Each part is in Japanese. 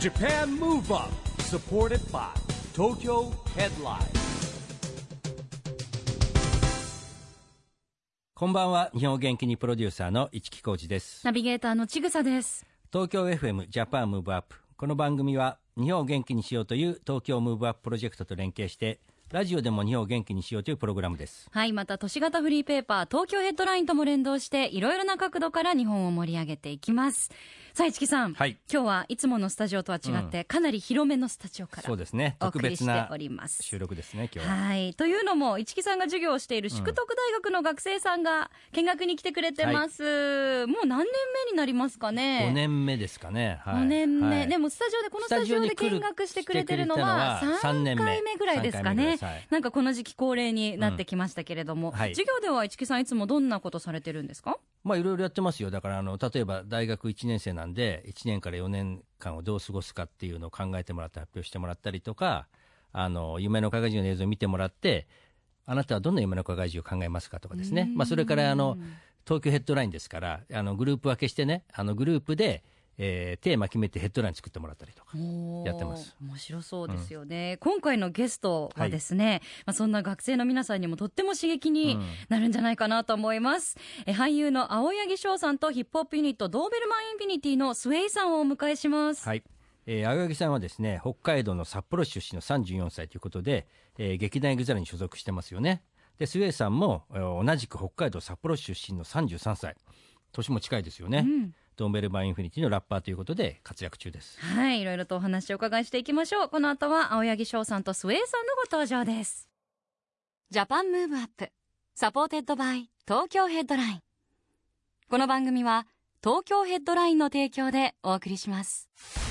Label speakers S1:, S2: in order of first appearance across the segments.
S1: Japan Move Up, supported by Tokyo Headline.
S2: こんばんは。日本元気にプロデューサーの市木浩司です。
S3: ナビゲーターのちぐさです。
S2: 東京 FM ジャパンムーブアップ。この番組は日本を元気にしようという東京ムーブアッププロジェクトと連携してラジオでも日本を元気にしようというプログラムです。
S3: はい、また都市型フリーペーパー東京ヘッドラインとも連動していろいろな角度から日本を盛り上げていきます。さあ市木さん、
S2: はい、
S3: 今日はいつものスタジオとは違って、かなり広めのスタジオから
S2: そうですね、
S3: お送りしております。
S2: 収録ですね今日は。
S3: はい、というのも市木さんが授業をしている淑徳大学の学生さんが見学に来てくれてます、もう何年目になりますかね。
S2: 5年目ですかね、
S3: はい、5年目、はい、でもこのスタジオで見学してくれてるのは3回目ぐらいですかね。なんかこの時期恒例になってきましたけれども、はい、授業では市木さんいつもどんなことされてるんですか。
S2: まあいろいろやってますよ。だから例えば大学1年生なんで1年から4年間をどう過ごすかっていうのを考えてもらって発表してもらったりとか、夢の課外授業の映像を見てもらって、あなたはどんな夢の課外授業を考えますかとかですね、まあ、それから東京ヘッドラインですからグループ分けしてね、グループでテーマ決めてヘッドライン作ってもらったりとかやってます。
S3: 面白そうですよね、今回のゲストはですね、まあ、そんな学生の皆さんにもとっても刺激になるんじゃないかなと思います、俳優の青柳翔さんとヒップホップユニットドーベルマンインフィニティのスウェイさんをお迎えします。
S2: はい、青柳さんはですね、北海道の札幌市出身の34歳ということで、劇団エグザイルに所属してますよね。でスウェイさんも同じく北海道札幌市出身の33歳、年も近いですよね、ドーベルマンインフィニティのラッパーということで活躍中です。
S3: はい、いろいろとお話をお伺いしていきましょう。この後は青柳翔さんとスウェイさんのご登場です。ジャパンムーブアップサポーテッドバイ東京ヘッドライン。この番組は東京ヘッドラインの提供でお送りします。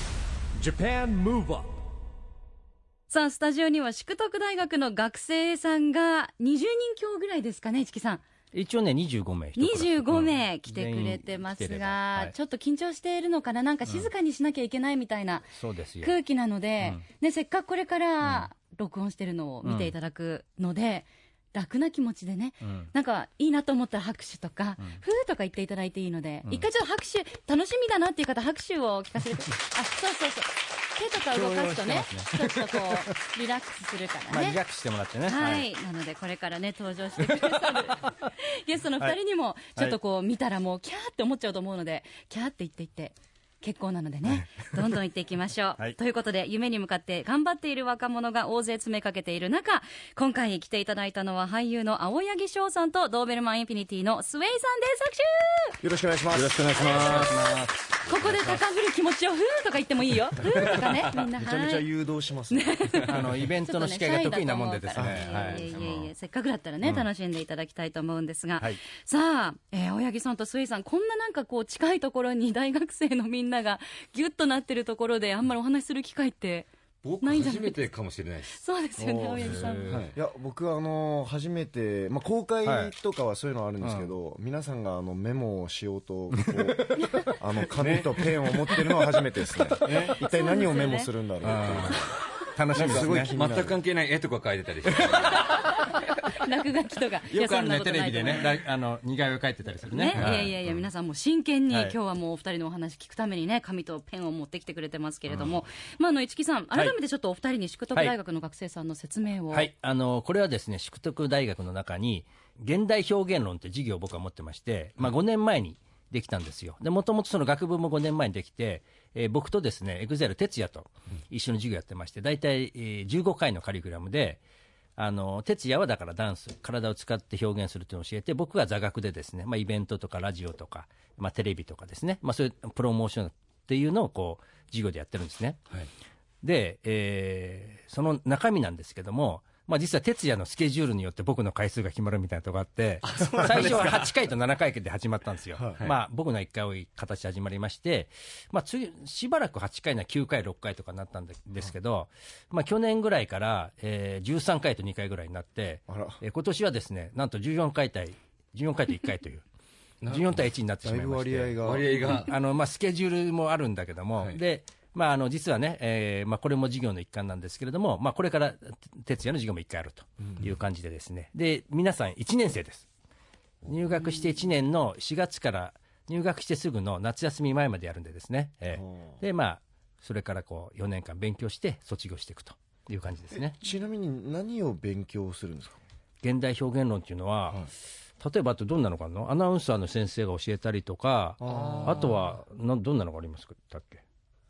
S1: Japan Move Up。
S3: さあスタジオには淑徳大学の学生さんが20人強ぐらいですかね。市木さん、
S2: 一応ね25名
S3: 25名来てくれてますが、はい、ちょっと緊張しているのかな、なんか静かにしなきゃいけないみたいな空気なので、ね、せっかくこれから録音してるのを見ていただくので、楽な気持ちでね、なんかいいなと思ったら拍手とか、ふーとか言っていただいていいので、一回ちょっと拍手楽しみだなっていう方拍手を聞かせて、あ、そう手とか動かすとね、ちょっとこうリラックスするからね、
S2: まあ、リラックスしてもらってね、
S3: はい、なのでこれからね登場してくださるゲストの2人にもちょっとこう見たらもうキャーって思っちゃうと思うので、キャーって言っていって結構なのでね、どんどん行っていきましょう、はい、ということで夢に向かって頑張っている若者が大勢詰めかけている中、今回来ていただいたのは俳優の青柳翔さんとドーベルマンインフィニティのスウェイさんです。拍手。
S4: よろしくお願いします。よろしくお願いします。
S3: ここで高ぶる気持ちをふーとか言ってもいいよ、ふーとかね、みんな
S4: めちゃめちゃ誘導しますね
S2: イベントの司会が得意なもんでですね、
S3: せっかくだったらね、楽しんでいただきたいと思うんですが、さあ、青柳さんとスウェイさん、こんななんかこう近いところに大学生のみんながギュッとなってるところであんまりお話しする機会って
S5: 僕初めてかもしれないです。
S3: そうですよね、青柳さん。
S4: いや僕は初めて、まあ、公開とかはそういうのはあるんですけど、皆さんがメモをしようと紙とペンを持ってるのは初めてですね一体何をメモするんだろうって
S2: 楽しみですね。
S5: 全く関係ない絵とか描いてたりして
S3: 落書きとか
S2: よくあるね、テレビでね似顔絵を描いてたりするね。
S3: いや皆さんも真剣に、今日はもうお二人のお話聞くためにね紙とペンを持ってきてくれてますけれども、まあ市木さん改めてちょっとお二人に淑徳大学の学生さんの説明を。
S2: はい、これはですね、淑徳大学の中に現代表現論って授業を僕は持ってまして、まあ、5年前にできたんですよ。でもともとその学部も5年前にできて、僕とですね EXILE 哲也と一緒に授業やってまして、大体、15回のカリキュラムで哲也はだからダンス、体を使って表現するというのを教えて、僕は座学でですね、まあ、イベントとかラジオとか、まあ、テレビとかですね、まあ、そういうプロモーションっていうのをこう授業でやってるんですね、はい、で、その中身なんですけども、まあ、実は哲也のスケジュールによって僕の回数が決まるみたいなところがあって、最初は8回と7回で始まったんですよ、まあ、僕の1回多い形で始まりまして、まあ、次しばらく8回な9回6回とかになったんですけど、まあ、去年ぐらいから、13回と2回ぐらいになって、今年はですねなんと14回と1回という14対1になってしまいまして、
S4: 割合が
S2: まあ、スケジュールもあるんだけども、でまあ、実はね、まあ、これも授業の一環なんですけれども、まあ、これから哲也の授業も1回あるという感じでですね、で皆さん1年生です。入学して1年の4月から入学してすぐの夏休み前までやるんでですね、でまあそれからこう4年間勉強して卒業していくという感じですね。
S4: ちなみに何を勉強するんですか？
S2: 現代表現論っていうのは、例えばあとどんなのかな、アナウンサーの先生が教えたりとか、あとはどんなのがありますかっけ。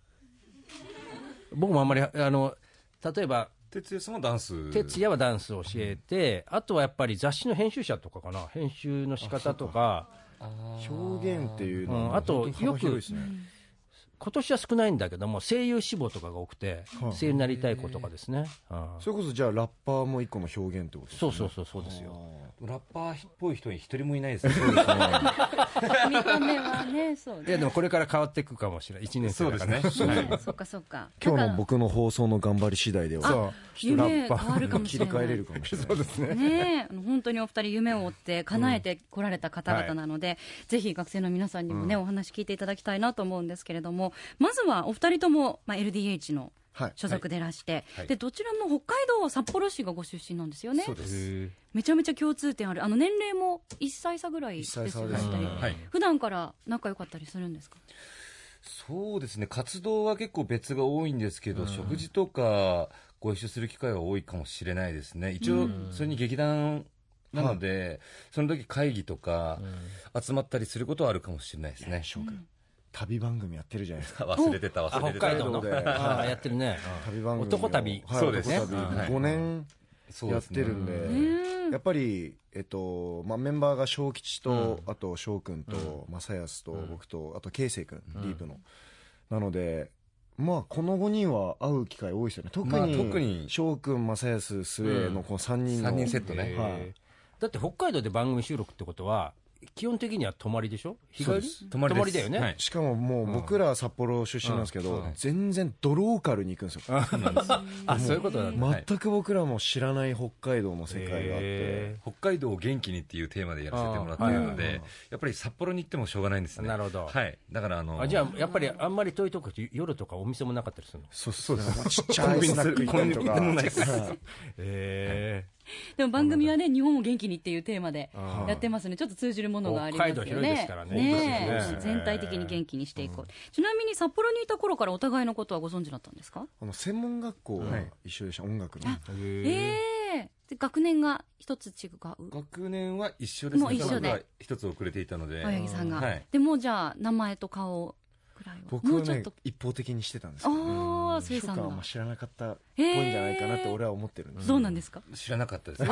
S2: 僕もあんまり例えば
S5: 哲也さんはダンス。
S2: 哲也はダンスを教えて、あとはやっぱり雑誌の編集者とかかな、編集の仕方とか、
S4: 表現っていうのは、
S2: あとよく
S4: ですね。
S2: 今年は少ないんだけども、声優志望とかが多くて、声優になりたい子とかですね。
S4: それこそじゃあラッパーも一個の表現ってことですね。
S2: そうですよ。
S5: ラッパーっぽい人に一人もいないですね。
S3: 見た目はね、そうね。
S2: いやでもこれから変わっていくかもしれない。1年生だからね。
S3: そっかそっか。
S4: 今日の僕の放送の頑張り次第では、
S3: 夢変わるかもし
S4: 切り
S3: れない。
S4: 替えれるかもしれない。
S2: そうですね。
S3: ねえ、本当にお二人夢を追って叶えてこられた方々なので、ぜひ学生の皆さんにもね、お話聞いていただきたいなと思うんですけれども、まずはお二人とも、LDH の所属でいらして、でどちらも北海道札幌市がご出身なんですよね。
S5: そうです。
S3: めちゃめちゃ共通点ある。年齢も1歳差ぐらいですよね。普段から仲良かったりするんですか？
S5: そうですね、活動は結構別が多いんですけど、食事とかご一緒する機会は多いかもしれないですね。一応それに劇団なので、その時会議とか集まったりすることはあるかもしれないですね。
S4: 旅番組やってるじゃないですか。
S5: 忘れてた。
S2: 北海道のやってるね。
S4: 旅番組
S2: 男旅。
S5: そうですね。
S4: 5年やってるんで、やっぱりメンバーが小吉と、あと翔くんと正康と僕と、あと慶生くん、ディープの。なので、まあこの5人は会う機会多いですよね。特に翔くん、正康、末のこの3人の。
S5: 3人セットね。
S2: だって北海道で番組収録ってことは、基本的には泊まりでしょ？日帰り？泊まりだよね。
S4: しかももう僕ら札幌出身なんですけど、全然ドローカルに行くんですよ。
S2: そういうことなんだ。
S4: 全く僕らも知らない北海道の世界があって、
S5: 北海道を元気にっていうテーマでやらせてもらっているので、やっぱり札幌に行ってもしょうがないんですね。
S2: なるほど。
S5: はい。だから
S2: じゃあやっぱりあんまり遠いとこ夜とかお店もなかったりするの？
S4: そうです。ちっちゃいスナック行ったりとか。
S3: でも番組はね、日本を元気にっていうテーマでやってますね。ちょっと通じるものがありますよね。
S2: 北海道広いですからね。
S3: 全体的に元気にしていこう。ちなみに札幌にいた頃からお互いのことはご存知だったんですか？
S4: 専門学校が一緒でした、音楽の。
S3: 学年が一つ違う？
S5: 学年は一緒ですね。
S3: もう一緒で。
S5: 一つ遅れていたので。
S3: 青柳さんが。でもじゃあ、名前と顔くらいは。
S4: 僕はね、一方的にしてたんですけど。
S3: 末さんが
S4: 知らなかったっぽいんじゃないかなって俺は思ってるんです。
S3: そうなんですか？
S5: 知らなかったです。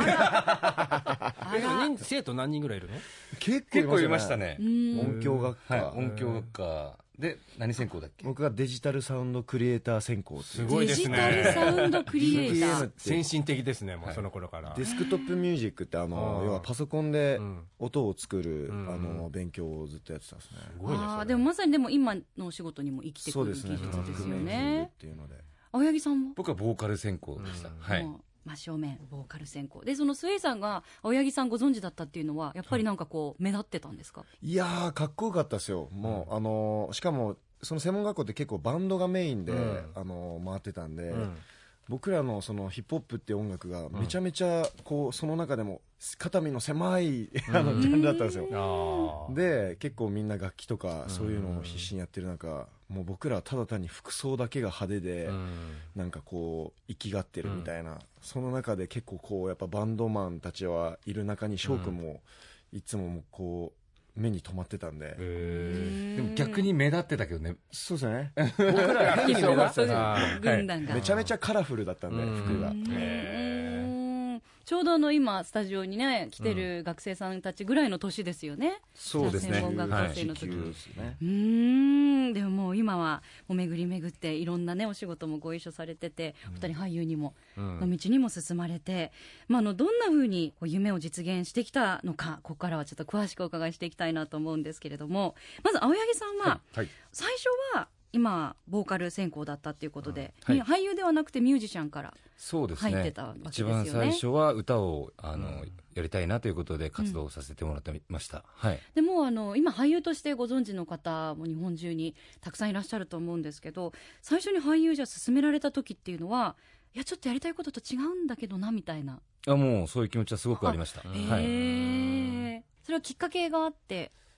S2: 生徒何人ぐらいいるの？
S5: 結構いましたね。
S4: 音響学科。
S5: 音響学科。で、何専攻だっけ？
S4: 僕がデジタルサウンドクリエイター専攻。
S2: すごいですね。
S3: デジタルサウンドクリエイター。
S2: 先進的ですね、もうその頃から。
S4: デスクトップミュージックって要はパソコンで音を作る勉強をずっとやってたんですね。
S2: すごいね。
S3: でもまさにでも今のお仕事にも生きてくる技術ですよね。青柳さんも？
S5: 僕はボーカル専攻でした。はい。
S3: 真正面ボーカル専攻で、そのスウェイさんが青柳さんご存知だったっていうのはやっぱりなんかこう目立ってたんですか？
S4: いやーかっこよかったですよ。もうしかもその専門学校って結構バンドがメインで回ってたんで、僕らのそのヒップホップっていう音楽がめちゃめちゃこうその中でも肩身の狭いジャンルだったんですよ。で結構みんな楽器とかそういうのを必死にやってる中、もう僕らはただ単に服装だけが派手でなんかこう生きがってるみたいな、その中で結構こうやっぱバンドマンたちはいる中に翔くんもいつもこう目に留まってたんで。
S5: でも逆に目立ってたけどね。
S4: そうですね。
S2: 僕らが目立ってた。
S3: 軍団が
S4: めちゃめちゃカラフルだったんで、服が。
S3: ちょうど今スタジオにね来てる学生さんたちぐらいの年ですよね。
S5: そうですね。
S3: 専門学校生の時。でももう今はもう巡り巡っていろんなねお仕事もご一緒されてて、お二人俳優にもの道にも進まれて、どんな風に夢を実現してきたのか、ここからはちょっと詳しくお伺いしていきたいなと思うんですけれども、まず青柳さんは最初は今ボーカル専攻だったっていうことで、俳優ではなくてミュージシャンから入ってたわけですよね。
S5: 一番最初は歌をやりたいなということで活動させてもらってました。
S3: でも今俳優としてご存知の方も日本中にたくさんいらっしゃると思うんですけど、最初に俳優じゃ勧められた時っていうのは、いやちょっとやりたいことと違うんだけどなみたいな。
S5: もうそういう気持ちはすごくありました。
S3: それはきっかけがあって？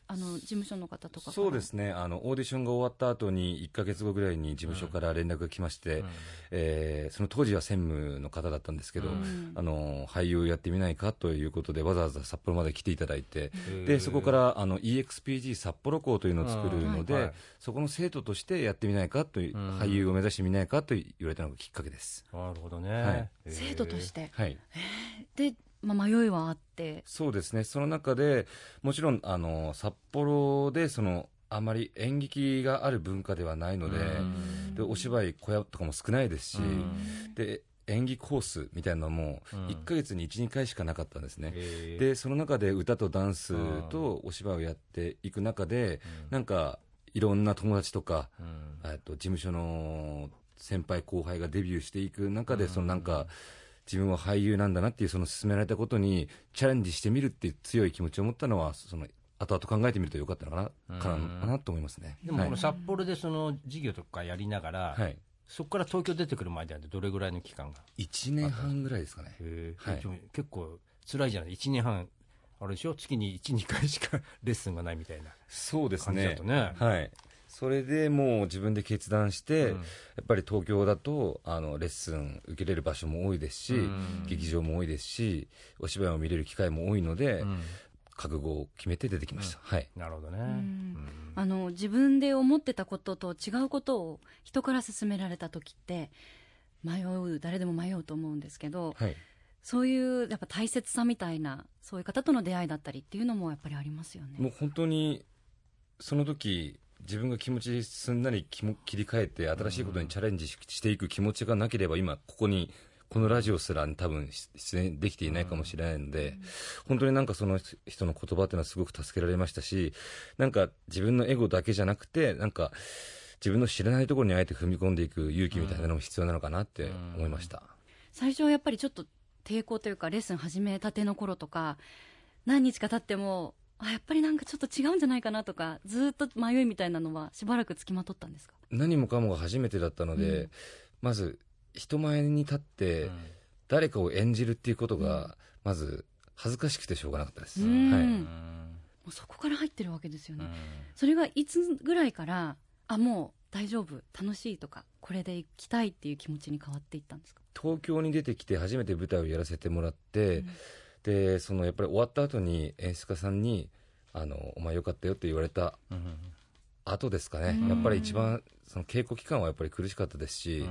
S3: 事務所の方とかから。
S5: そうですね、オーディションが終わった後に1ヶ月後ぐらいに事務所から連絡が来まして、その当時は専務の方だったんですけど、俳優をやってみないかということでわざわざ札幌まで来ていただいて、でそこからEXPG 札幌校というのを作るので、そこの生徒としてやってみないかという、俳優を目指してみないかと言われたのがきっかけです。
S2: なるほどね、
S3: 生徒として、
S5: で
S3: 迷いはあって。
S5: そうですね、その中でもちろん札幌であまり演劇がある文化ではないので、お芝居小屋とかも少ないですし、で演技コースみたいなのも1ヶ月に 1,2 回しかなかったんですね。でその中で歌とダンスとお芝居をやっていく中で、なんかいろんな友達とか、事務所の先輩後輩がデビューしていく中で、なんか自分は俳優なんだなっていう、勧められたことにチャレンジしてみるっていう強い気持ちを持ったのは、後々考えてみるとよかったのかなと思いますね。
S2: でもこの札幌でその授業とかやりながら、そこから東京出てくるまではどれぐらいの期間が
S5: ？1年半ぐらいですかね。
S2: 結構辛いじゃない。1年半あれでしょ、月に 1,2 回しかレッスンがないみたいな。
S5: そうですね。
S2: 感じだとね。
S5: はい。それでもう自分で決断して、やっぱり東京だとレッスン受けれる場所も多いですし、劇場も多いですし、お芝居を見れる機会も多いので、覚悟を決めて出てきました。
S2: なるほどね。
S3: 自分で思ってたことと違うことを人から勧められた時って誰でも迷うと思うんですけど、そういうやっぱ大切さみたいな、そういう方との出会いだったりっていうのもやっぱりありますよね。
S5: もう本当にその時自分が気持ちすんなり切り替えて新しいことにチャレンジしていく気持ちがなければ、今このラジオすら多分出演できていないかもしれないので、本当になんかその人の言葉っていうのはすごく助けられましたし、なんか自分のエゴだけじゃなくて、なんか自分の知らないところにあえて踏み込んでいく勇気みたいなのも必要なのかなって思いました。
S3: 最初はやっぱりちょっと抵抗というか、レッスン始めたての頃とか何日か経ってもやっぱりなんかちょっと違うんじゃないかなとか、ずっと迷いみたいなのはしばらくつきまとったんですか？
S5: 何もかもが初めてだったので、まず人前に立って誰かを演じるっていうことがまず恥ずかしくてしょうがなかったです。
S3: もうそこから入ってるわけですよね。それがいつぐらいからもう大丈夫、楽しいとかこれで行きたいっていう気持ちに変わっていったんですか？
S5: 東京に出てきて初めて舞台をやらせてもらって、でやっぱり終わった後に演出家さんにお前よかったよって言われた後ですかね、やっぱり一番その稽古期間はやっぱり苦しかったですし、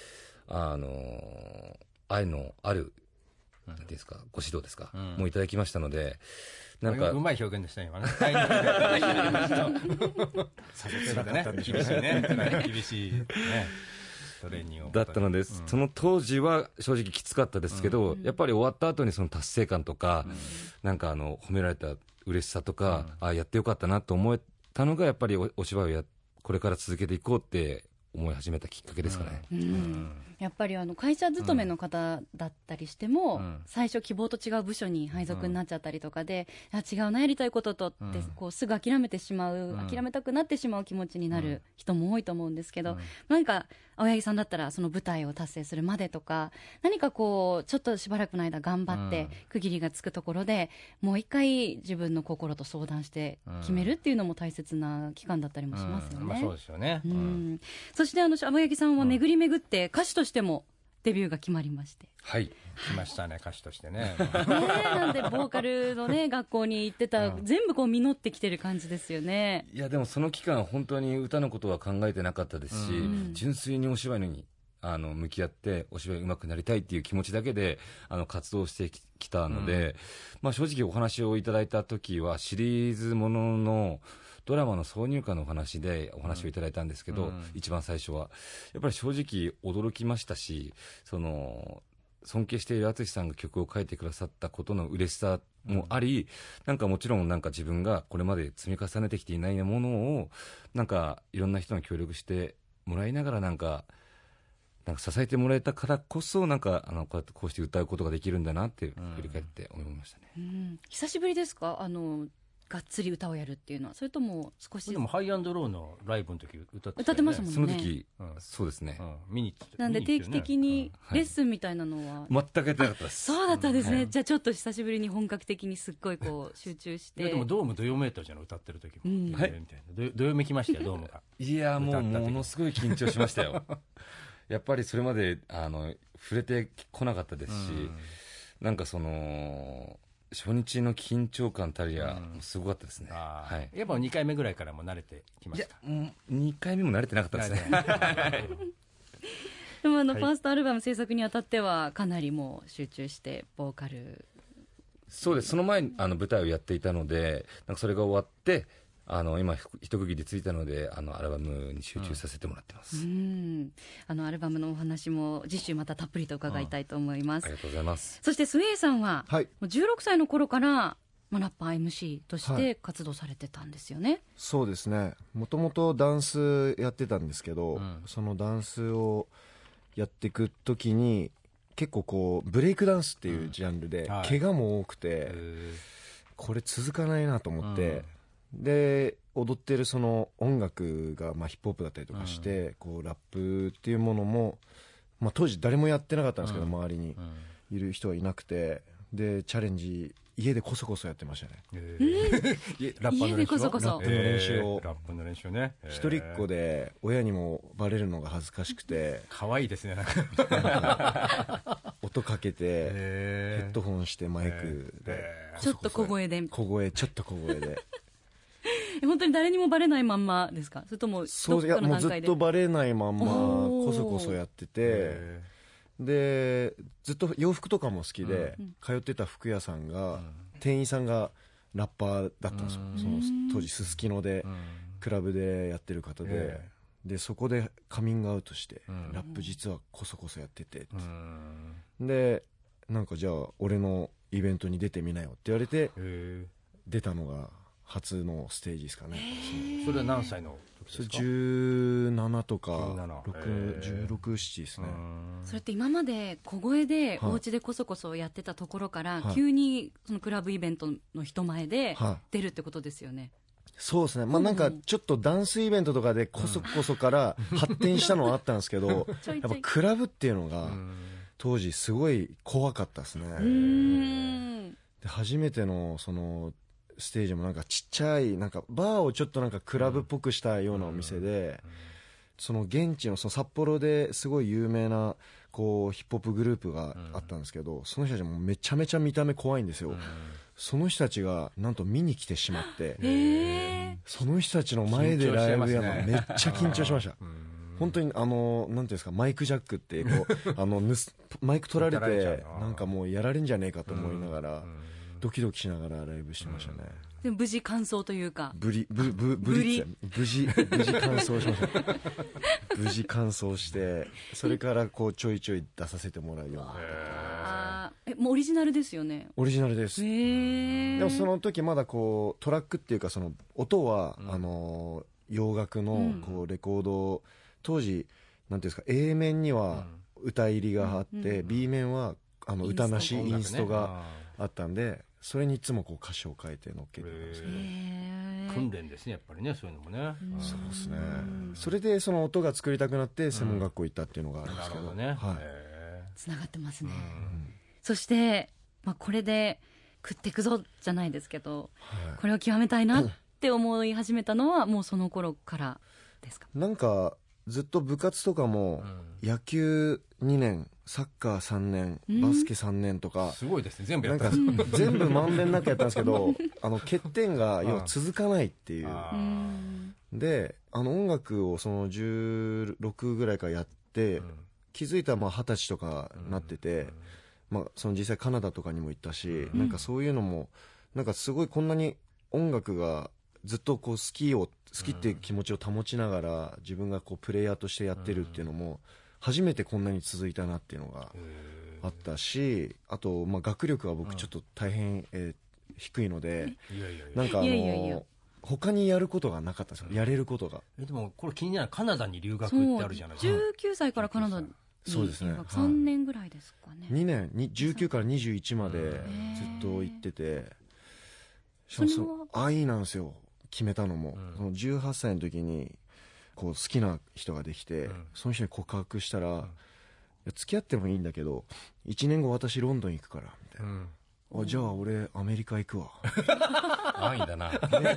S5: 愛のあるなんていうんですか、ご指導ですか、もういただきましたので、なんか
S2: うまい表現でしたね今ね。厳しいね、厳しいねトレーニング
S5: だったので、その当時は正直きつかったですけど、やっぱり終わった後にその達成感とか、なんか褒められた嬉しさとか、やってよかったなと思えたのが、やっぱりお芝居をこれから続けていこうって思い始めたきっかけですかね。
S3: やっぱり会社勤めの方だったりしても、最初希望と違う部署に配属になっちゃったりとかで、違うな、やりたいこととってすぐ諦めてしまう、諦めたくなってしまう気持ちになる人も多いと思うんですけど、何か青柳さんだったらその舞台を達成するまでとか、何かちょっとしばらくの間頑張って区切りがつくところでもう一回自分の心と相談して決めるっていうのも大切な期間だったりもしますよね。
S2: そうですよね。
S3: そして青柳さんは巡り巡って歌手としてもデビューが決まりまして、
S5: 来
S2: ましたね、歌手としてね。
S3: なんでボーカルのね学校に行ってた、全部実ってきてる感じですよね。
S5: いやでもその期間本当に歌のことは考えてなかったですし、純粋にお芝居に向き合ってお芝居上手くなりたいっていう気持ちだけで活動してきたので、正直お話をいただいた時はシリーズもののドラマの挿入歌のお話でお話をいただいたんですけど、一番最初はやっぱり正直驚きましたし、尊敬している淳さんが曲を書いてくださったことの嬉しさもあり、なんかもちろんなんか自分がこれまで積み重ねてきていないものをなんかいろんな人に協力してもらいながらなんか支えてもらえたからこそ、なんかこうして歌うことができるんだなって振り返って思いましたね。
S3: 久しぶりですか、 がっつり歌をやるっていうのは、それとも少し
S2: でもハイアンドローのライブの時歌ってたよね、
S3: 歌ってましたもんね。
S5: その時、そうですね。
S2: 見に行って
S3: なんで定期的にレッスンみたいなのは、
S5: 全くやってなかったです。
S3: そうだったんですね。じゃあちょっと久しぶりに本格的にすっごいこう集中して。
S2: でもドームどよめいたじゃん、歌ってる時も。はい。みたいな。どよめきましたよ、ドームが。
S5: いや、ものすごい緊張しましたよ。やっぱりそれまで触れてこなかったですし、なんかその初日の緊張感たりやすごかったですね。
S2: はい。やっぱ2回目ぐらいからも慣れてきました。
S5: いや、2回目も慣れてなかったですね。
S3: でもファーストアルバム制作にあたってはかなりもう集中してボーカル。
S5: そうです。その前に舞台をやっていたので、なんかそれが終わって今一区切りついたのでアルバムに集中させてもらってます。
S3: アルバムのお話も次週またたっぷりと伺いたいと思います。
S5: ありがとうございます。
S3: そしてスウェイさんは、もう16歳の頃からラッパー MC として活動されてたんですよね。
S4: そうですね。もともとダンスやってたんですけど、そのダンスをやっていくときに結構こうブレイクダンスっていうジャンルで怪我も多くて、これ続かないなと思って、で踊ってるその音楽がヒップホップだったりとかして、こうラップっていうものも、当時誰もやってなかったんですけど、周りにいる人はいなくて、でチャレンジ家でこそこそやってましたね。
S2: ラッパーの練習を、
S3: 家でこそこそ
S2: ラップの練習ね。
S4: 一人っ子で親にもバレるのが恥ずかしくて、
S2: 可愛いですね。
S4: 音かけてヘッドホンしてマイクで
S3: ちょっと小声で
S4: ちょっと小声で
S3: 本当に誰にもバレないまんまですか？それともどっかの段階で？
S4: もうずっとバレないまんまこそこそやってて、でずっと洋服とかも好きで、通ってた服屋さんが、店員さんがラッパーだったんですよ。その当時すすきので、クラブでやってる方で、でそこでカミングアウトして、ラップ実はこそこそやってて、でなんかじゃあ俺のイベントに出てみなよって言われて出たのが初のステージですかね。
S2: それは何歳の時ですか
S4: ？17とか16、17ですね。
S3: それって今まで小声でお家でこそこそやってたところから、急にそのクラブイベントの人前で出るってことですよね。
S4: そうですね。なんかちょっとダンスイベントとかでこそこそから発展したのはあったんですけど、やっぱクラブっていうのが当時すごい怖かったですね。で初めてのそのステージもなんかちっちゃいなんかバーをちょっとなんかクラブっぽくしたようなお店で、その現地のその札幌ですごい有名なこうヒップホップグループがあったんですけど、その人たちもめちゃめちゃ見た目怖いんですよ。その人たちがなんと見に来てしまって、その人たちの前でライブやるのめっちゃ緊張しました。本当になんていうんですか、マイクジャックってこうマイク取られてなんかもうやられんじゃねえかと思いながら、ドキドキしながらライブしてましたね。
S3: でも無事完走というか、
S4: 無事完走しました無事完走して、それからこうちょいちょい出させてもらうようになってて、
S3: もうオリジナルですよね？
S4: オリジナルです。でもその時まだこうトラックっていうか、その音は、洋楽のこうレコード、当時なんていうんですか、A 面には歌入りがあって、B 面は歌なしインストがあったんで、それにいつもこう歌詞を変えて乗っけてますね。
S2: 訓練ですね、やっぱりね、そういうのもね。
S4: そうですね。それでその音が作りたくなって専門学校行ったっていうのがあるんですけど、
S3: つながってますね。そしてこれで食っていくぞじゃないですけど、これを極めたいなって思い始めたのはもうその頃からですか？
S4: なんかずっと部活とかも野球2年、サッカー3年、バスケ3年とか、
S2: すごいですね、全部やった
S4: んです。全部まんべんなくやったんですけど、欠点が要は続かないっていう。で音楽をその16ぐらいからやって、気づいたら20歳とかなってて、その実際カナダとかにも行ったし、なんかそういうのもなんかすごいこんなに音楽がずっとこう好きっていう気持ちを保ちながら自分がこうプレイヤーとしてやってるっていうのも初めてこんなに続いたなっていうのがあったし、あと学力が僕ちょっと大変低いので、なんか他にやることがなかったんですよ、やれることが。
S2: でもこれ気になる、カナダに留学ってあるじゃないですか。
S3: 19歳からカナダに
S4: そうですね、
S3: 3年ぐらいですかね。
S4: 2年19から21までずっと行ってて、
S3: それは
S4: 愛なんですよ、決めたのも。その18歳の時にこう好きな人ができて、その人に告白したら、いや付き合ってもいいんだけど1年後私ロンドン行くからみたいな、あ、じゃあ俺アメリカ行くわ
S5: 愛だな。
S4: めっちゃいいじゃない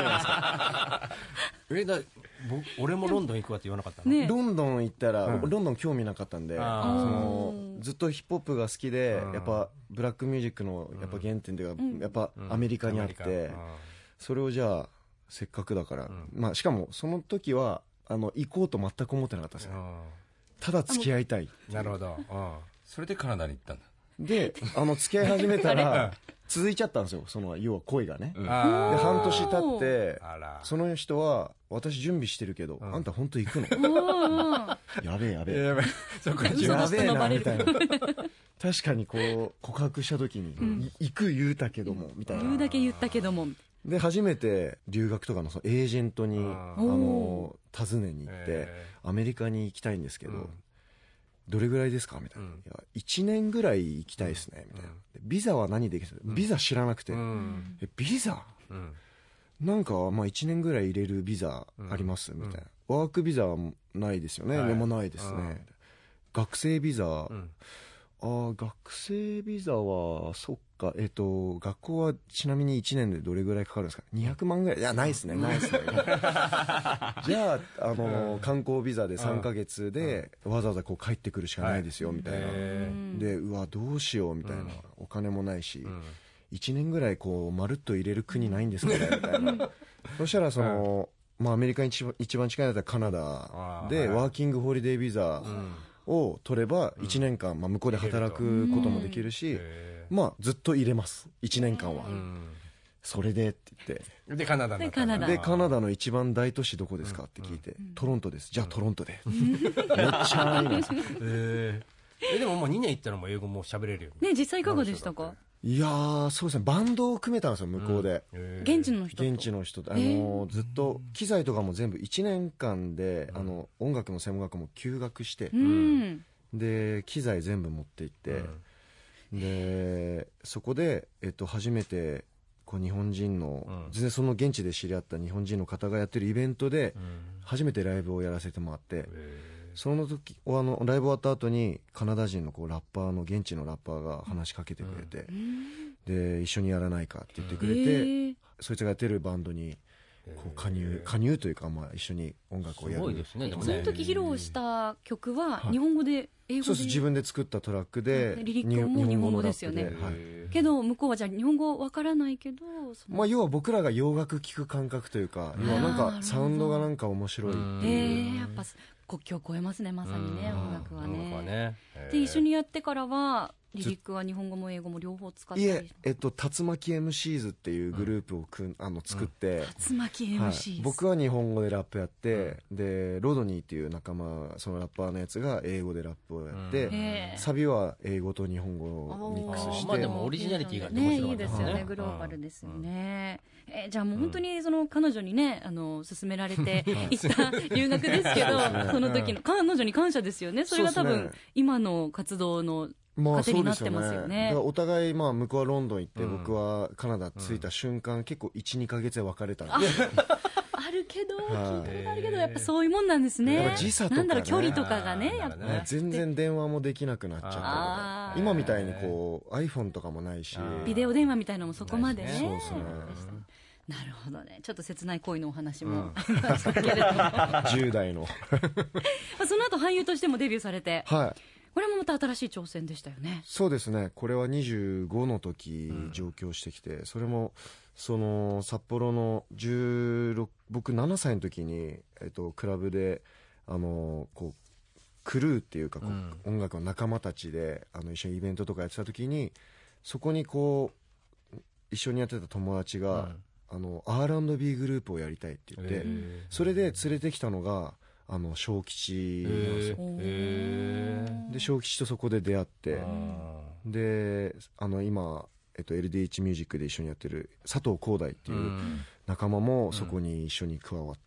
S4: ですか。
S2: 俺もロンドン行くわって言わなかったの、
S3: ね
S4: ロンドン行ったら、ロンドン興味なかったんで、ずっとヒップホップが好きで、やっぱブラックミュージックのやっぱ原点というか、やっぱアメリカにあって、それをじゃあせっかくだから、まあしかもその時は行こうと全く思ってなかったですね。ただ付き合いたい。
S2: なるほど。
S5: それでカナダに行ったんだ。
S4: で付き合い始めたら続いちゃったんですよ、その要は恋がね。で半年経ってその人は私準備してるけど、あんた本当行くのやべえやべえ
S2: そこから
S4: やべえなみたいな確かにこう告白した時に、行く言うたけどもみたいな、
S3: 言うだけ言ったけども。
S4: で初めて留学とかのそのエージェントに訪ねに行ってアメリカに行きたいんですけど、どれぐらいですかみたいな、いや1年ぐらい行きたいですねみたいな、ビザは何できる、ビザ知らなくて、ビザ、なんかまあ1年ぐらい入れるビザあります、みたいな、ワークビザはないですよね、でもないですね、学生ビザ、学生ビザはそっか、学校はちなみに1年でどれぐらいかかるんですか、200万ぐらい、いやないですねないですねじゃあ観光ビザで3ヶ月でわざわざこう帰ってくるしかないですよみたいな、でうわどうしようみたいな、お金もないし、1年ぐらいこうまるっと入れる国ないんですかねみたいなそしたらその、まあ、アメリカに一番近いのだったらカナダでワーキングホリデービザを取れば1年間、まあ、向こうで働くこともできるし、まあ、ずっと入れます1年間は、それでって言って
S2: でカナダになった
S4: でカナダの一番大都市どこですかって聞いて、トロントです、じゃあトロントで、めっちゃいいです
S2: でももう2年行ったらもう英語も喋れるよ
S3: ね。実際いかがでしたか？
S4: いやーそうですね、バンドを組めたんですよ向こうで、
S3: 現地の人と。
S4: 現地の人ずっと機材とかも全部1年間で音楽の専門学校も休学して、で機材全部持って行って、でそこで、初めてこう日本人の、全然その現地で知り合った日本人の方がやってるイベントで初めてライブをやらせてもらって、その時ライブ終わった後にカナダ人のこうラッパーの現地のラッパーが話しかけてくれて、で一緒にやらないかって言ってくれて、そいつがやってるバンドにこう加入というか、まあ、一緒に音楽をやる。
S2: すごいですね。でも
S3: その時披露した曲は日本語で、英語で。
S4: そうです、自分で作ったトラックで、
S3: リリックも日本語ですよね。けど向こうはじゃあ日本語わからないけど、
S4: まあ、要は僕らが洋楽聴く感覚というか、なんかサウンドがなんか面白いっていう。
S3: やっぱ国境を越えますね、まさにね、音楽はね。
S2: ね
S3: で一緒にやってからはリリックは日本語も英語も両方使ったり。
S4: いえ、竜巻 MCs っていうグループを作って、
S3: 竜巻 MCs、
S4: 僕は日本語でラップやって、でロドニーっていう仲間、そのラッパーのやつが英語でラップをやって、サビは英語と日本語をミックスして、
S2: まあでもオリジナリティが
S3: ね、いいですよね、グローバルですよね。じゃあもう本当にその彼女にね、勧められて行った留学ですけど、その時の彼女に感謝ですよね。それが多分今の活動の糧になってますよね。
S4: だからお互い、まあ、向こうはロンドン行って、僕はカナダ着いた瞬間、結構 1,2 ヶ月で別れたんで。
S3: あるけど、聞いたことあるけど、やっぱそういうもんなんですね。
S4: 時差とかね、
S3: なんだろう、距離とかがね、やっぱ
S4: 全然電話もできなくなっちゃったとか、今みたいにこう iPhone とかもないし、
S3: ビデオ電話みたいなのもそこまでね。
S4: そうですね。
S3: なるほどね。ちょっと切ない恋のお話もありましたけれども、
S4: 10代の
S3: その後俳優としてもデビューされて、
S4: はい、
S3: これもまた新しい挑戦でしたよね。
S4: そうですね。これは25の時上京してきて、それもその札幌の僕7歳の時に、クラブでこうクルーっていうか音楽の仲間たちで一緒にイベントとかやってた時に、そこにこう一緒にやってた友達が、R&B グループをやりたいって言って、それで連れてきたのが小吉なんですよ。で小吉とそこで出会って、で今、LDH ミュージックで一緒にやってる佐藤浩大っていう仲間もそこに一緒に加わって、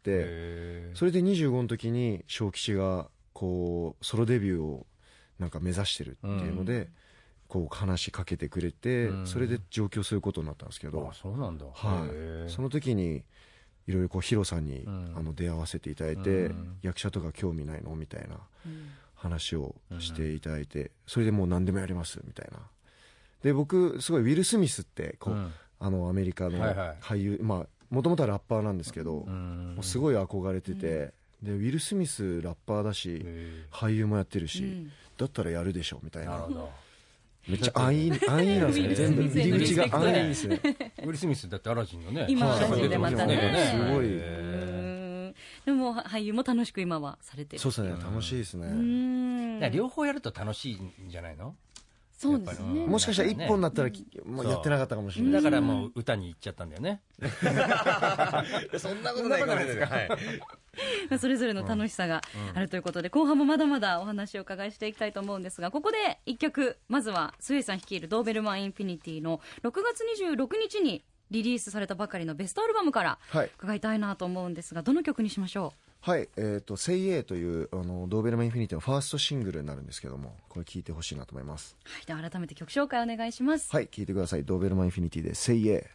S4: それで25の時に小吉がこうソロデビューをなんか目指してるっていうので、 こう話しかけてくれて、それで上京することになったんですけど、
S2: そうなんだ。
S4: その時にいろいろこうヒロさんに、出会わせていただいて、役者とか興味ないのみたいな話をしていただいて、それでもう何でもやりますみたいな。で僕すごいウィル・スミスってこう、アメリカの俳優、もともとはラッパーなんですけど、もうすごい憧れてて、でウィル・スミスラッパーだし俳優もやってるし、だったらやるでしょみたいな。めっちゃ安易なんですね。全部入り口が安易ですね。
S2: ウィル・スミスだってアラジンのね、
S3: 今アラジンでまたね、
S4: すごい。
S3: でも俳優も楽しく今はされてる。
S4: そうですね、楽しいですね。
S2: 両方やると楽しいんじゃないの？
S3: そうですね。
S4: もしかしたら一本だったらもうやってなかったかもしれない。
S2: だからもう歌に行っちゃったんだよね。
S5: そんなことないですか。
S3: それぞれの楽しさがあるということで、後半もまだまだお話を伺いしていきたいと思うんですが、ここで一曲、まずはスエさん率いるドーベルマンインフィニティの6月26日にリリースされたばかりのベストアルバムから伺いたいなと思うんですが、どの曲にしましょう？
S4: はい、Say A というドーベルマンインフィニティのファーストシングルになるんですけども、これ聴いてほしいなと思います。
S3: はい、では改めて曲紹介お願いします。
S4: はい、聴いてください。ドーベルマンインフィニティで Say A。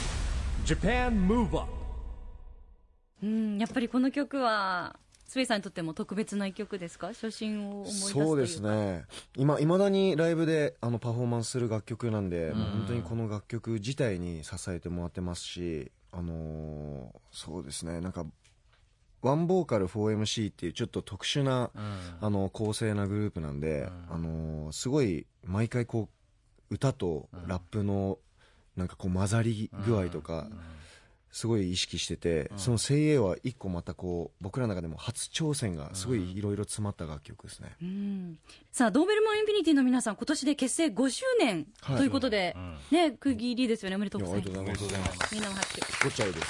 S1: Japan Move Up。
S3: やっぱりこの曲はスエさんにとっても特別な一曲ですか？初心を思い出すというか。
S4: そうですね、いまだにライブでパフォーマンスする楽曲なんで、もう本当にこの楽曲自体に支えてもらってますし、そうですね、なんかワンボーカル 4MC っていうちょっと特殊な、構成なグループなんで、すごい毎回こう歌とラップのなんかこう混ざり具合とか、すごい意識してて、その Say A は一個またこう僕らの中でも初挑戦がすごいいろいろ詰まった楽曲ですね。
S3: さあドーベルマンインフィニティの皆さん、今年で結成5周年ということで、ね、区切りですよね。おめでとうございます。
S4: ありがとうございます。
S3: みんなも拍手。
S4: ごっちゃいです。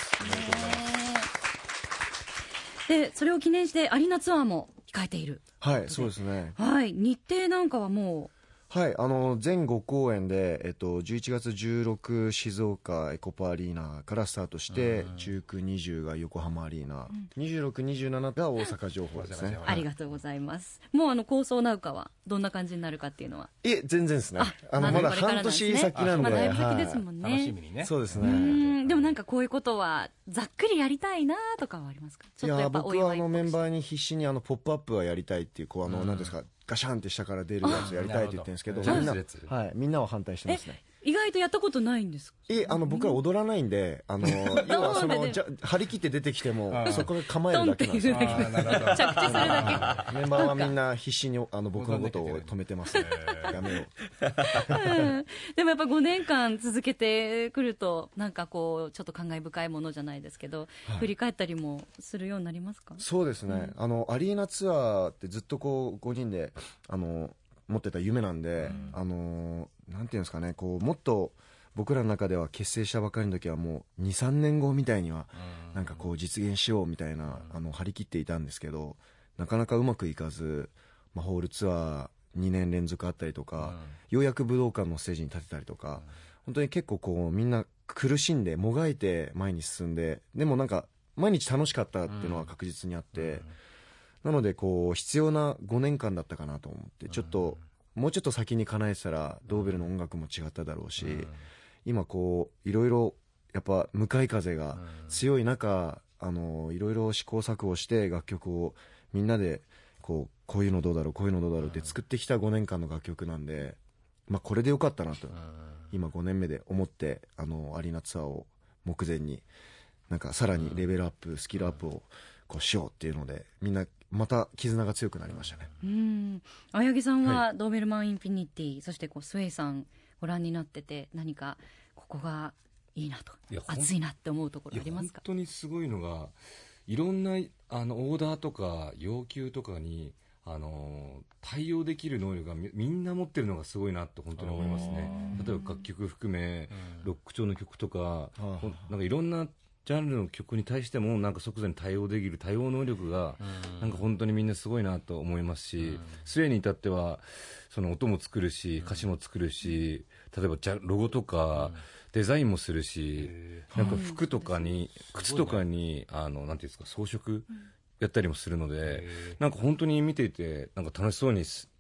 S3: でそれを記念してアリーナツアーも控えている。
S4: はい、そうですね。
S3: はい、日程なんかはもう、
S4: はい、全5公演で、11月16静岡エコパアリーナからスタートして、19、20が横浜アリーナ、26、27が大阪情報ですね。
S3: ありがとうございます。もう構想なんかはどんな感じになるかっていうのは？
S4: いえ、全然ですね。まだ半年先なんで、
S3: だいぶ先ですもんね。
S2: 楽しみにね。
S4: そうですね。
S3: でもなんかこういうことはざっくりやりたいなとかはありますか？ちょっとやっぱお祝い。
S4: 僕はメンバーに必死にポップアップはやりたいっていう、こう何ですか、ガシャンって下から出るやつやりたいって言ってるんですけど、みんなは反対してますね。
S3: 意外とやったことないんですか？
S4: 僕は踊らないんで、要は張り切って出てきてもそこで構えるだけなんですよ。
S3: 着地するだ
S4: け。メンバーはみんな必死に僕のことを止めてますね。やめよう。
S3: でもやっぱ5年間続けてくると、なんかこうちょっと感慨深いものじゃないですけど、振り返ったりもするようになりますか？
S4: そうですね、アリーナツアーってずっとこう5人で持ってた夢なんで、なんていうんですかね、こうもっと僕らの中では結成したばかりの時はもう 2,3 年後みたいにはなんかこう実現しようみたいな張り切っていたんですけど、なかなかうまくいかず、ホールツアー2年連続あったりとか、ようやく武道館のステージに立てたりとか、本当に結構こうみんな苦しんでもがいて前に進んで、でもなんか毎日楽しかったっていうのは確実にあって、なのでこう必要な5年間だったかなと思って、ちょっともうちょっと先に叶えてたらドーベルの音楽も違っただろうし、今こういろいろやっぱ向かい風が強い中、いろいろ試行錯誤して楽曲をみんなでこういうのどうだろう、こういうのどうだろうって作ってきた5年間の楽曲なんで、これでよかったなと今5年目で思って、アリーナツアーを目前になんかさらにレベルアップ、スキルアップをこうしようっていうので、みんなまた絆が強くなりましたね。
S3: 青柳さんはドーベルマンインフィニティ、そしてこうスウェイさんご覧になってて、何かここがいいなと、熱いなって思うところありますか？
S5: 本当にすごいのが、いろんなオーダーとか要求とかに対応できる能力がみんな持ってるのがすごいなって本当に思いますね。例えば楽曲含め、ロック調の曲とか、なんかいろんなジャンルの曲に対してもなんか即座に対応できる対応能力がなんか本当にみんなすごいなと思いますし、スウェーに至ってはその音も作るし歌詞も作るし、例えばロゴとかデザインもするし、なんか服とかに靴とかになんていうんですか、装飾やったりもするので、なんか本当に見ていてなんか楽しそうに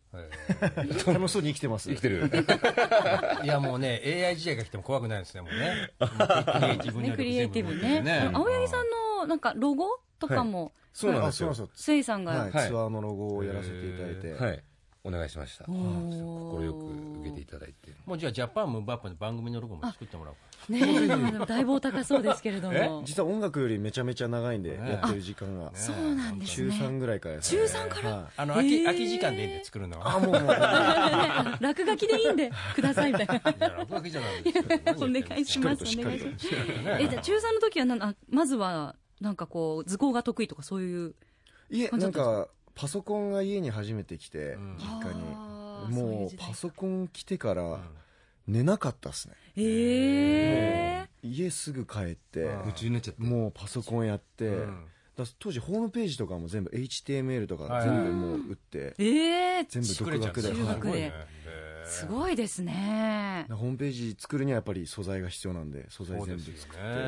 S4: 楽しそうに生きてます。
S5: 生きてる。
S2: いやもうね、AI 時代が来ても怖くないですね、もうね。
S3: クリエイティブね。青柳さんのなんかロゴとかも、
S4: そうなんですよ。
S3: スエイさんが、
S4: ツアーのロゴをやらせていただいて、
S5: はい、お願いしました。心よく受けていただいて。
S2: もうじゃあジャパンムーブアップの番組のロゴも作ってもらおうか。
S3: ねえ、でもだいぶお高そうですけれども。
S4: 実は音楽よりめちゃめちゃ長いんで、やってる時間が。
S3: そうなんですね。
S4: 中3ぐらいからですね。
S3: 中3から。
S2: 空き時間でいいんで作るのは。
S4: もう。
S3: 落書きでいいんで、くださいみたいな。
S2: 落書きじゃないですけど。
S3: お願いします。お願いします。じゃあ中3の時はまずは、なんかこう、図工が得意とかそういう。
S4: いえ、なんか、パソコンが家に初めて来て、実家に。もう、パソコン来てから、寝なかったっすね。家すぐ帰って、
S5: 夢中になっちゃって、
S4: もうパソコンやって、当時ホームページとかも全部 HTML とか全部もう打って、全部独学で。
S3: 中学で。すごいですね。
S4: ホームページ作るにはやっぱり素材が必要なんで、素材全部作って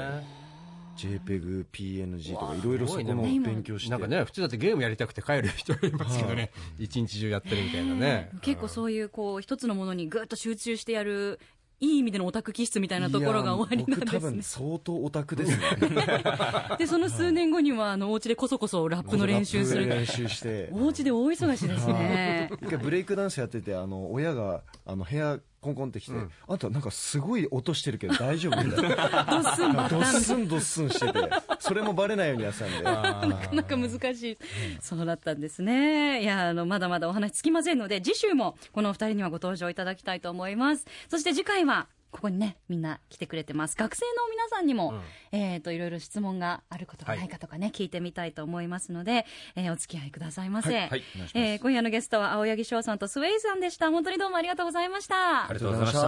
S4: 。JPEG、PNG とかいろいろそこの勉強して。
S2: なんかね、普通だってゲームやりたくて帰る人いますけどね、一日中やってるみたいなね。
S3: 結構そういうこう一つのものにぐっと集中してやる、いい意味でのオタク気質みたいなところが終わりなんですね。
S4: 僕多分相当オタクですね。
S3: で、その数年後にはお家でこそこそラップの練習する。
S4: 練習して。
S3: お家で大忙しですね。
S4: 一回ブレイクダンスやってて、親が部屋コンコンってきて、あんたなんかすごい音してるけど大丈夫みたいな。
S3: ドッスンバッタン。
S4: ドッスンドッスンしてて、それもバレないようにやってたんで。
S3: なかなか難しい。そうだったんですね。いや、まだまだお話つきませんので、次週もこのお二人にはご登場いただきたいと思います。そして次回は、ここにね、みんな来てくれてます。学生の皆さんにも、いろいろ質問があることがないかとかね、聞いてみたいと思いますので、お付き合いくださいませ。今夜のゲストは青柳翔さんとスウェイさんでした。本当にどうもありがとうございました。
S5: ありがとうございました。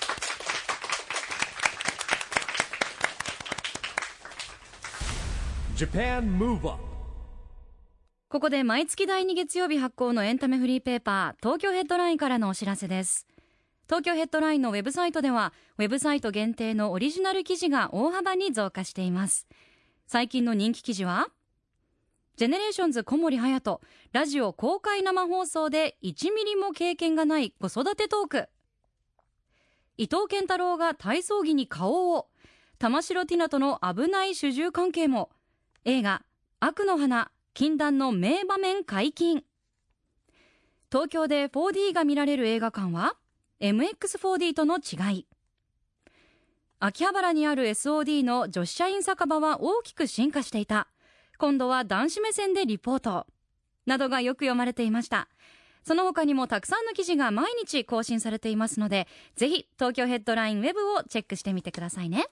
S1: Japan Move Up。
S3: ここで毎月第2月曜日発行のエンタメフリーペーパー、東京ヘッドラインからのお知らせです。東京ヘッドラインのウェブサイトでは、ウェブサイト限定のオリジナル記事が大幅に増加しています。最近の人気記事は、ジェネレーションズ小森隼人、ラジオ公開生放送で1ミリも経験がない子育てトーク。伊藤健太郎が体操着に顔を。玉城ティナとの危ない主従関係も。映画、悪の花、禁断の名場面解禁。東京で 4D が見られる映画館はMX4D との違い。秋葉原にある SOD の女子社員酒場は大きく進化していた。今度は男子目線でリポート。などがよく読まれていました。その他にもたくさんの記事が毎日更新されていますので、ぜひ東京ヘッドラインウェブをチェックしてみてくださいね。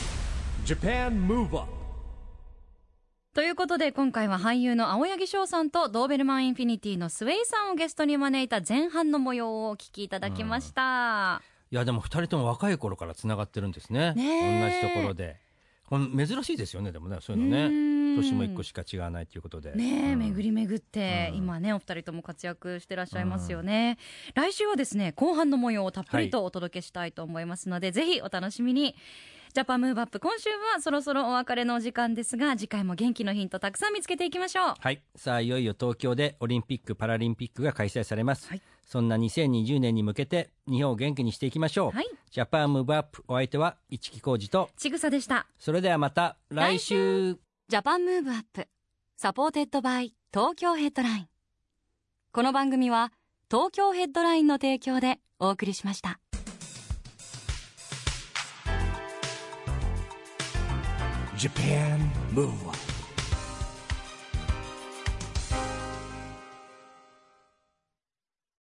S1: Japan Move Up。
S3: ということで今回は俳優の青柳翔さんとドーベルマンインフィニティのスウェイさんをゲストに招いた前半の模様をお聞きいただきました。
S2: いやでも2人とも若い頃からつながってるんですね。同じところで珍しいですよね。でもね、そういうのね、年も1個しか違わないということで
S3: ね、巡り巡って、今ねお二人とも活躍してらっしゃいますよね。来週はですね、後半の模様をたっぷりとお届けしたいと思いますので、ぜひお楽しみに。ジャパンムーブアップ、今週はそろそろお別れのお時間ですが、次回も元気のヒントたくさん見つけていきましょう。
S2: はい、さあいよいよ東京でオリンピック・パラリンピックが開催されます、そんな2020年に向けて日本を元気にしていきましょう、ジャパンムーブアップ、お相手は市木浩二と
S3: ちぐさでした。
S2: それではまた来週。
S3: ジャパンムーブアップ、サポーテッドバイ東京ヘッドライン。この番組は東京ヘッドラインの提供でお送りしました。
S1: Japan Move Up。